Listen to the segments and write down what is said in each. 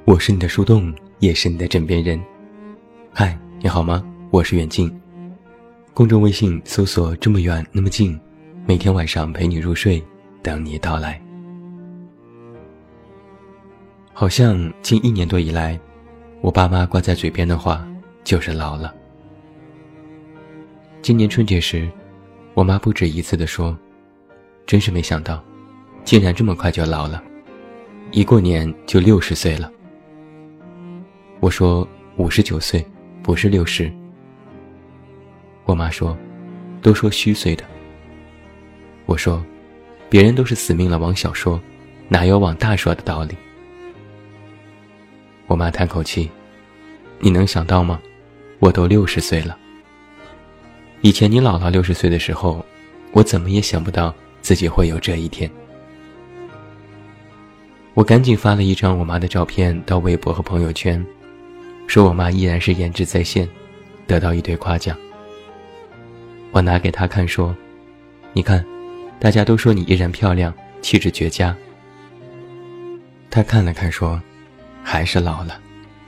我是你的树洞，也是你的枕边人。嗨，你好吗？我是远近。公众微信搜索这么远那么近，每天晚上陪你入睡，等你到来。好像近1年多以来，我爸妈挂在嘴边的话就是老了。今年春节时，我妈不止一次地说，真是没想到，竟然这么快就老了，一过年就60岁了。我说59岁，不是60。我妈说，都说虚岁的。我说，别人都是死命了往小说，哪有往大说的道理？我妈叹口气，你能想到吗？我都60岁了。以前你姥姥60岁的时候，我怎么也想不到自己会有这一天。我赶紧发了一张我妈的照片到微博和朋友圈，说我妈依然是颜值在线，得到一堆夸奖。我拿给她看说，你看，大家都说你依然漂亮，气质绝佳。她看了看说，还是老了。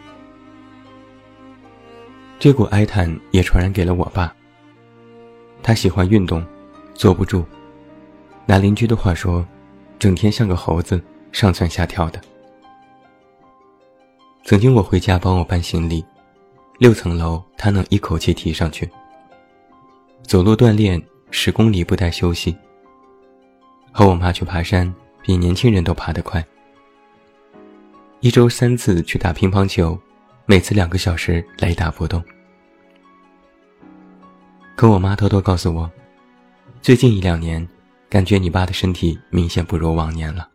这股哀叹也传染给了我爸。他喜欢运动，坐不住，拿邻居的话说，整天像个猴子，上蹿下跳的。曾经我回家帮我搬行李，6层楼他能一口气提上去。走路锻炼10公里不带休息。和我妈去爬山，比年轻人都爬得快。1周3次去打乒乓球，每次2个小时雷打不动。可我妈偷偷告诉我，最近1-2年，感觉你爸的身体明显不如往年了。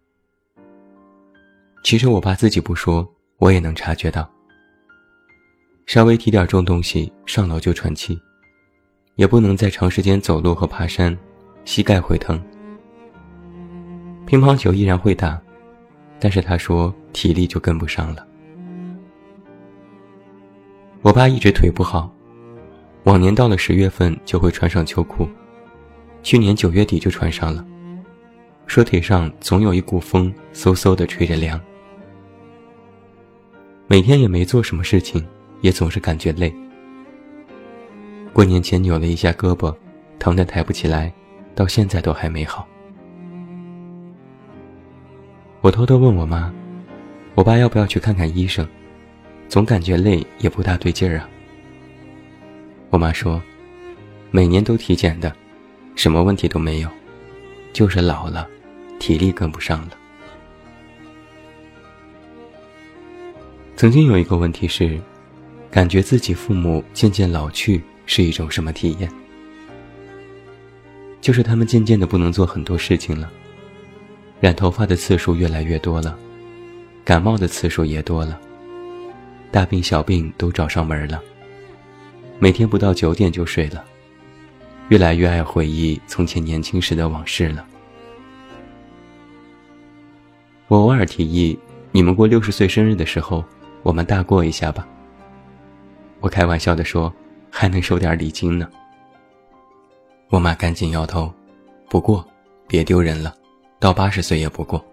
其实我爸自己不说，我也能察觉到。稍微提点重东西，上楼就喘气，也不能再长时间走路和爬山，膝盖会疼。乒乓球依然会打，但是他说体力就跟不上了。我爸一直腿不好，往年到了10月份就会穿上秋裤，去年9月底就穿上了，说腿上总有一股风嗖嗖地吹着凉。每天也没做什么事情，也总是感觉累。过年前扭了一下胳膊，疼得抬不起来，到现在都还没好。我偷偷问我妈，我爸要不要去看看医生，总感觉累也不大对劲儿啊。我妈说，每年都体检的，什么问题都没有，就是老了，体力跟不上了。曾经有一个问题是，感觉自己父母渐渐老去是一种什么体验？就是他们渐渐的不能做很多事情了，染头发的次数越来越多了，感冒的次数也多了，大病小病都找上门了，每天不到9点就睡了，越来越爱回忆从前年轻时的往事了。我偶尔提议，你们过60岁生日的时候，我们大过一下吧。我开玩笑地说，还能收点礼金呢。我妈赶紧摇头，不过，别丢人了，到80岁也不过。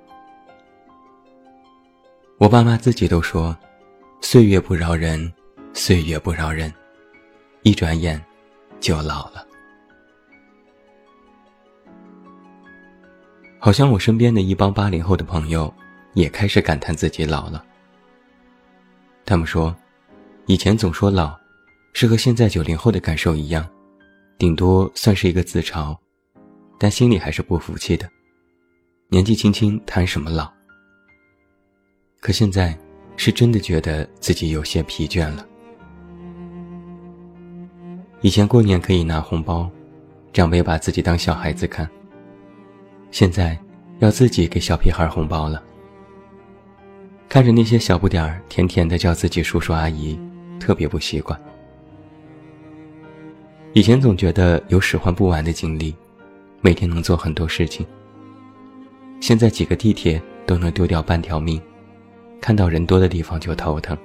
我爸妈自己都说，岁月不饶人，岁月不饶人，一转眼就老了。好像我身边的一帮80后的朋友也开始感叹自己老了。他们说，以前总说老，是和现在90后的感受一样，顶多算是一个自嘲，但心里还是不服气的。年纪轻轻谈什么老？可现在是真的觉得自己有些疲倦了。以前过年可以拿红包，长辈把自己当小孩子看，现在要自己给小屁孩红包了。看着那些小不点儿甜甜的叫自己叔叔阿姨，特别不习惯。以前总觉得有使唤不完的精力，每天能做很多事情，现在挤个地铁都能丢掉半条命，看到人多的地方就头疼。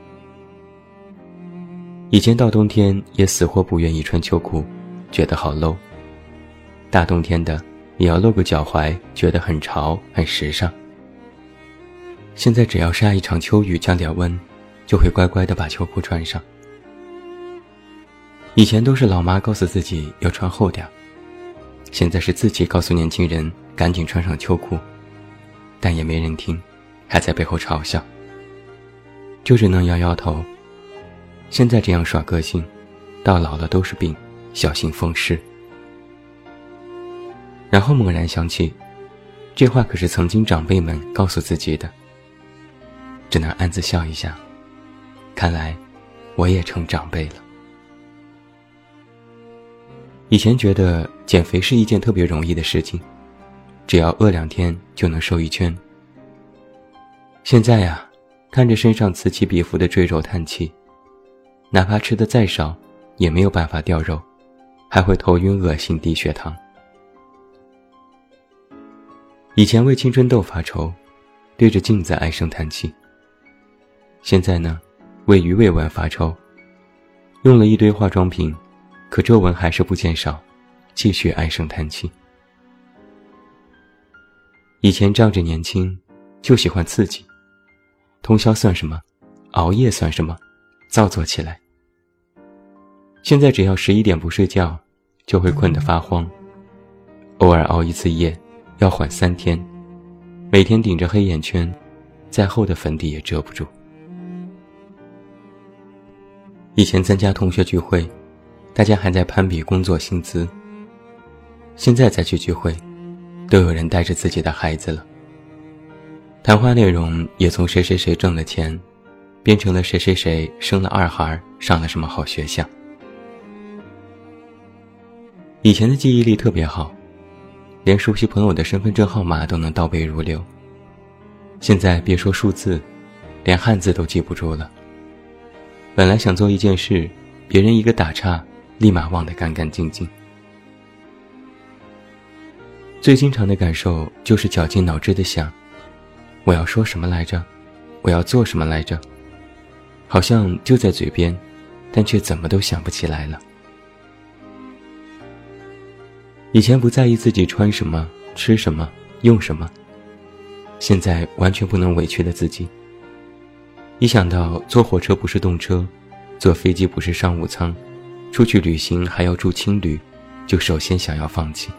以前到冬天也死活不愿意穿秋裤，觉得好 low， 大冬天的也要露个脚踝，觉得很潮很时尚。 现在只要下一场秋雨降点温，就会乖乖地把秋裤穿上。以前都是老妈告诉自己要穿厚点，现在是自己告诉年轻人赶紧穿上秋裤，但也没人听，还在背后嘲笑。就只能摇摇头，现在这样耍个性，到老了都是病，小心风湿。然后猛然想起，这话可是曾经长辈们告诉自己的，只能暗自笑一下，看来我也成长辈了。以前觉得减肥是一件特别容易的事情，只要饿2天就能瘦1圈。现在呀，看着身上此起彼伏的赘肉叹气，哪怕吃得再少，也没有办法掉肉，还会头晕恶心低血糖。以前为青春痘发愁，对着镜子唉声叹气。现在呢，为鱼尾纹发愁，用了一堆化妆品，可皱纹还是不见少，继续唉声叹气。以前仗着年轻，就喜欢刺激，通宵算什么，熬夜算什么，造作起来。现在只要11点不睡觉，就会困得发慌，偶尔熬一次夜，要缓3天，每天顶着黑眼圈，再厚的粉底也遮不住。以前参加同学聚会，大家还在攀比工作薪资，现在再去聚会，都有人带着自己的孩子了。谈话内容也从谁谁谁挣了钱，变成了谁谁谁生了2孩，上了什么好学校。以前的记忆力特别好，连熟悉朋友的身份证号码都能倒背如流，现在别说数字，连汉字都记不住了。本来想做一件事，别人一个打岔，立马忘得干干净净。最经常的感受就是绞尽脑汁地想，我要说什么来着，我要做什么来着，好像就在嘴边，但却怎么都想不起来了。以前不在意自己穿什么、吃什么、用什么，现在完全不能委屈了自己。一想到坐火车不是动车，坐飞机不是商务舱，出去旅行还要住青旅，就首先想要放弃。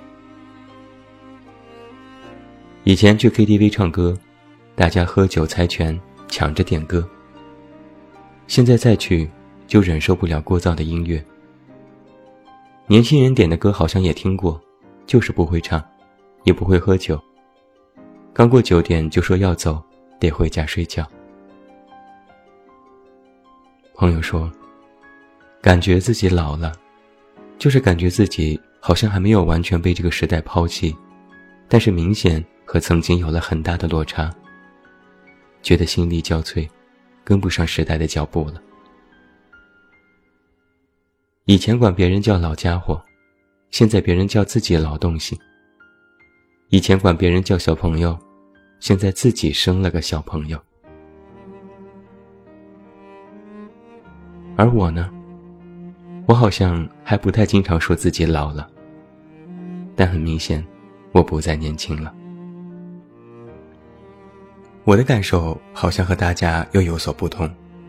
以前去 KTV 唱歌，大家喝酒猜拳，抢着点歌。现在再去，就忍受不了聒噪的音乐。年轻人点的歌好像也听过，就是不会唱，也不会喝酒。刚过9点就说要走，得回家睡觉。朋友说，感觉自己老了，就是感觉自己好像还没有完全被这个时代抛弃，但是明显和曾经有了很大的落差，觉得心力交瘁，跟不上时代的脚步了。以前管别人叫老家伙，现在别人叫自己老东西。以前管别人叫小朋友，现在自己生了个小朋友。而我呢，我好像还不太经常说自己老了，但很明显，我不再年轻了。我的感受好像和大家又有所不同。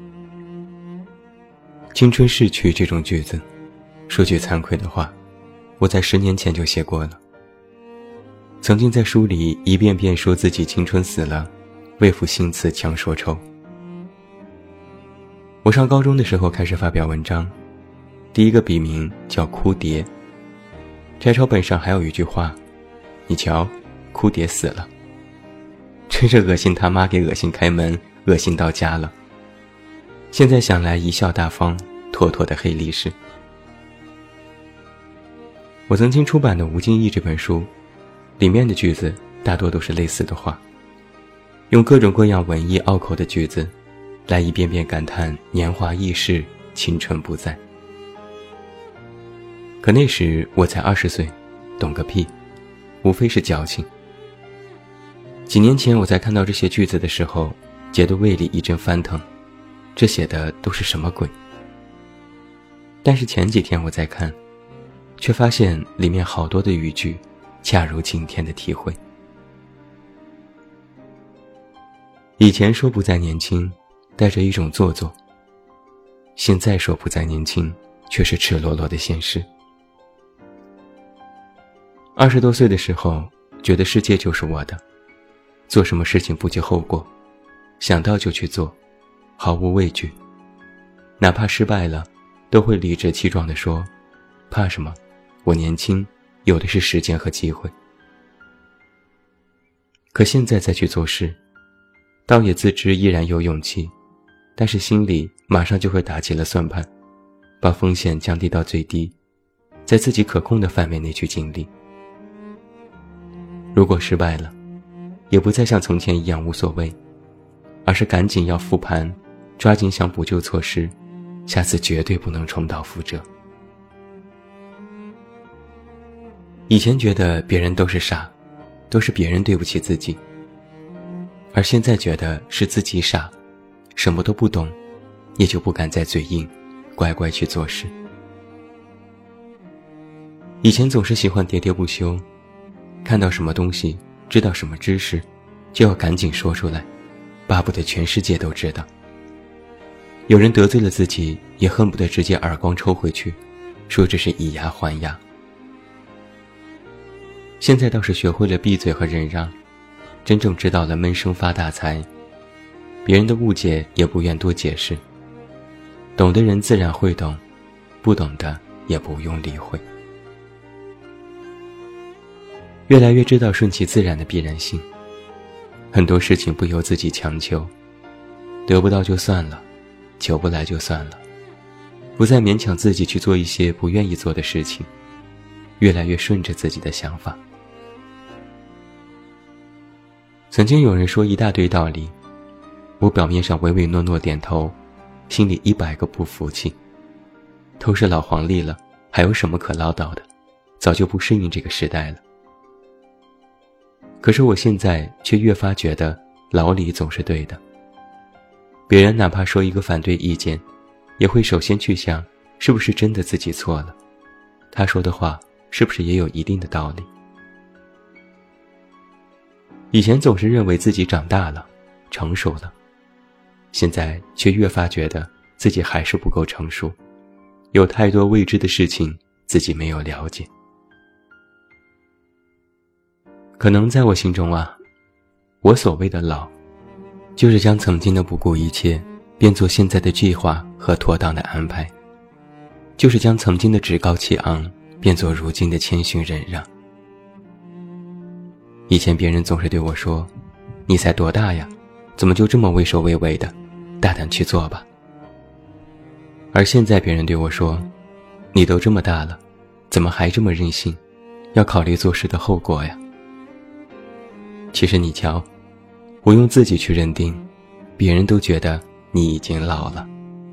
青春逝去这种句子，说句惭愧的话，我在10年前就写过了。曾经在书里一遍遍说自己青春死了，为赋新词强说愁。我上高中的时候开始发表文章，第一个笔名叫哭蝶，摘抄本上还有一句话，你瞧，哭蝶死了。真是恶心他妈给恶心开门，恶心到家了。现在想来贻笑大方，妥妥的黑历史。我曾经出版的《无尽意》这本书，里面的句子大多都是类似的话，用各种各样文艺拗口的句子来一遍遍感叹年华易逝，青春不在。可那时我才20岁，懂个屁，无非是矫情。几年前我在看到这些句子的时候，觉得胃里一阵翻腾，这写的都是什么鬼？但是前几天我在看，却发现里面好多的语句恰如今天的体会。 以前说不再年轻，带着一种做作；现在说不再年轻，却是赤裸裸的现实。20多岁的时候，觉得世界就是我的，做什么事情不计后果，想到就去做，毫无畏惧，哪怕失败了，都会理直气壮地说，怕什么？我年轻，有的是时间和机会。可现在再去做事，倒也自知依然有勇气，但是心里马上就会打起了算盘，把风险降低到最低，在自己可控的范围内去经历。如果失败了，也不再像从前一样无所谓，而是赶紧要复盘，抓紧想补救措施，下次绝对不能重蹈覆辙。以前觉得别人都是傻，都是别人对不起自己，而现在觉得是自己傻，什么都不懂，也就不敢再嘴硬，乖乖去做事。以前总是喜欢喋喋不休，看到什么东西，知道什么知识，就要赶紧说出来，巴不得全世界都知道。有人得罪了自己，也恨不得直接耳光抽回去，说这是以牙还牙。现在倒是学会了闭嘴和忍让，真正知道了闷声发大财，别人的误解也不愿多解释，懂的人自然会懂，不懂的也不用理会。越来越知道顺其自然的必然性，很多事情不由自己强求，得不到就算了，求不来就算了，不再勉强自己去做一些不愿意做的事情，越来越顺着自己的想法。曾经有人说一大堆道理，我表面上唯唯诺诺点头，心里100个不服气。都是老黄历了，还有什么可唠叨的？早就不适应这个时代了。可是我现在却越发觉得老李总是对的。别人哪怕说一个反对意见，也会首先去想是不是真的自己错了，他说的话是不是也有一定的道理。以前总是认为自己长大了，成熟了，现在却越发觉得自己还是不够成熟，有太多未知的事情自己没有了解。可能在我心中啊，我所谓的老，就是将曾经的不顾一切变作现在的计划和妥当的安排，就是将曾经的趾高气昂变作如今的谦逊忍让。以前别人总是对我说，你才多大呀，怎么就这么畏首畏尾的，大胆去做吧。而现在别人对我说，你都这么大了，怎么还这么任性，要考虑做事的后果呀。其实你瞧，我用自己去认定，别人都觉得你已经老了。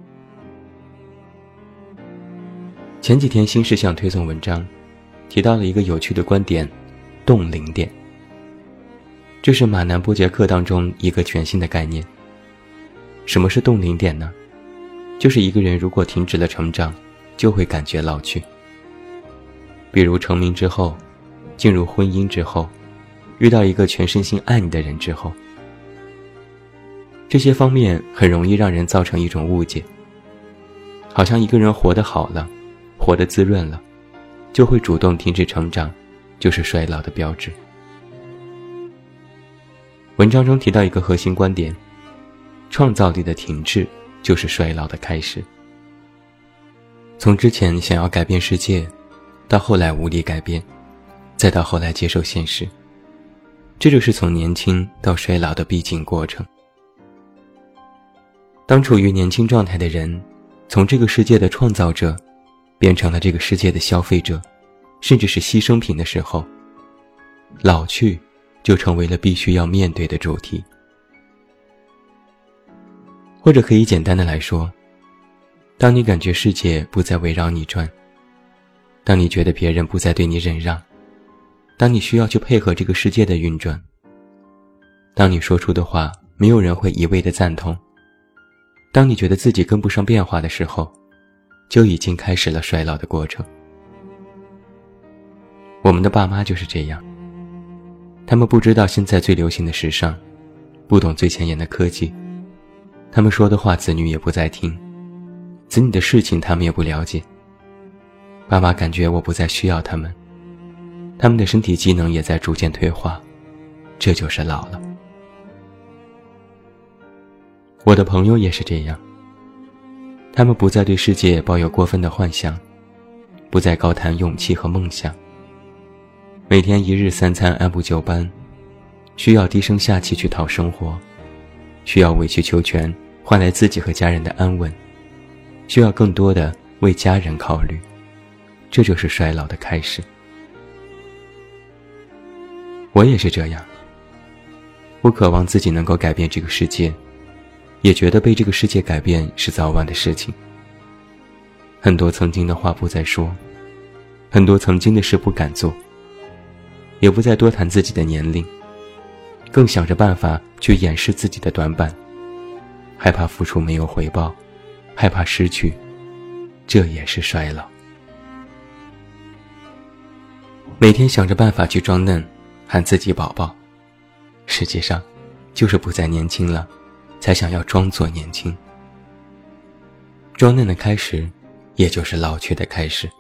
前几天新事项推送文章提到了一个有趣的观点，冻龄点。这是马南波杰克当中一个全新的概念。什么是冻龄点呢？就是一个人如果停止了成长，就会感觉老去。比如成名之后，进入婚姻之后，遇到一个全身心爱你的人之后，这些方面很容易让人造成一种误解，好像一个人活得好了，活得滋润了，就会主动停止成长，就是衰老的标志。文章中提到一个核心观点，创造力的停滞就是衰老的开始。从之前想要改变世界，到后来无力改变，再到后来接受现实，这就是从年轻到衰老的必经过程。当处于年轻状态的人，从这个世界的创造者变成了这个世界的消费者，甚至是牺牲品的时候，老去就成为了必须要面对的主题。或者可以简单的来说，当你感觉世界不再围绕你转，当你觉得别人不再对你忍让，当你需要去配合这个世界的运转，当你说出的话没有人会一味的赞同，当你觉得自己跟不上变化的时候，就已经开始了衰老的过程。我们的爸妈就是这样，他们不知道现在最流行的时尚， 不懂最前沿的科技，他们说的话子女也不再听，子女的事情他们也不了解。爸妈感觉我不再需要他们，他们的身体机能也在逐渐退化，这就是老了。我的朋友也是这样，他们不再对世界抱有过分的幻想，不再高谈勇气和梦想，每天一日三餐按部就班，需要低声下气去讨生活，需要委曲求全换来自己和家人的安稳，需要更多的为家人考虑，这就是衰老的开始。我也是这样，我渴望自己能够改变这个世界，也觉得被这个世界改变是早晚的事情。很多曾经的话不再说，很多曾经的事不敢做，也不再多谈自己的年龄，更想着办法去掩饰自己的短板，害怕付出没有回报，害怕失去，这也是衰老。每天想着办法去装嫩，喊自己宝宝，实际上就是不再年轻了，才想要装作年轻。装嫩的开始，也就是老去的开始。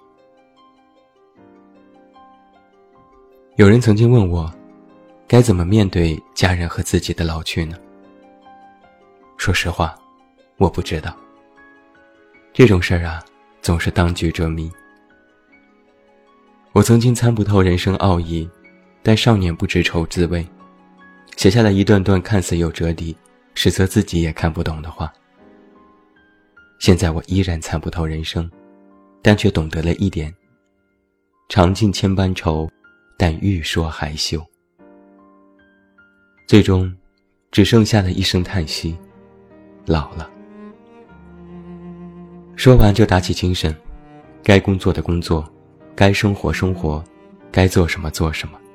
有人曾经问我，该怎么面对家人和自己的老去呢？说实话，我不知道。这种事儿啊，总是当局者迷。我曾经参不透人生奥义，但少年不知愁滋味，写下了一段段看似有哲理，实则自己也看不懂的话。现在我依然参不透人生，但却懂得了一点：尝尽千般愁，但欲说还休。最终只剩下了一声叹息，老了。说完就打起精神，该工作的工作，该生活生活，该做什么做什么。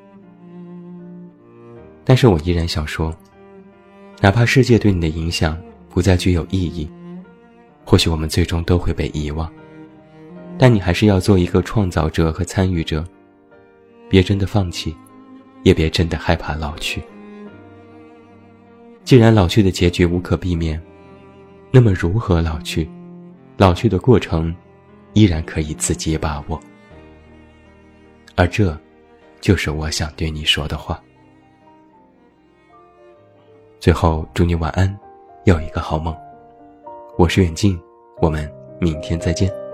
但是我依然想说，哪怕世界对你的影响不再具有意义，或许我们最终都会被遗忘，但你还是要做一个创造者和参与者，别真的放弃，也别真的害怕老去。既然老去的结局无可避免，那么如何老去？老去的过程依然可以自己把握。而这就是我想对你说的话。最后祝你晚安，有一个好梦。我是远近，我们明天再见。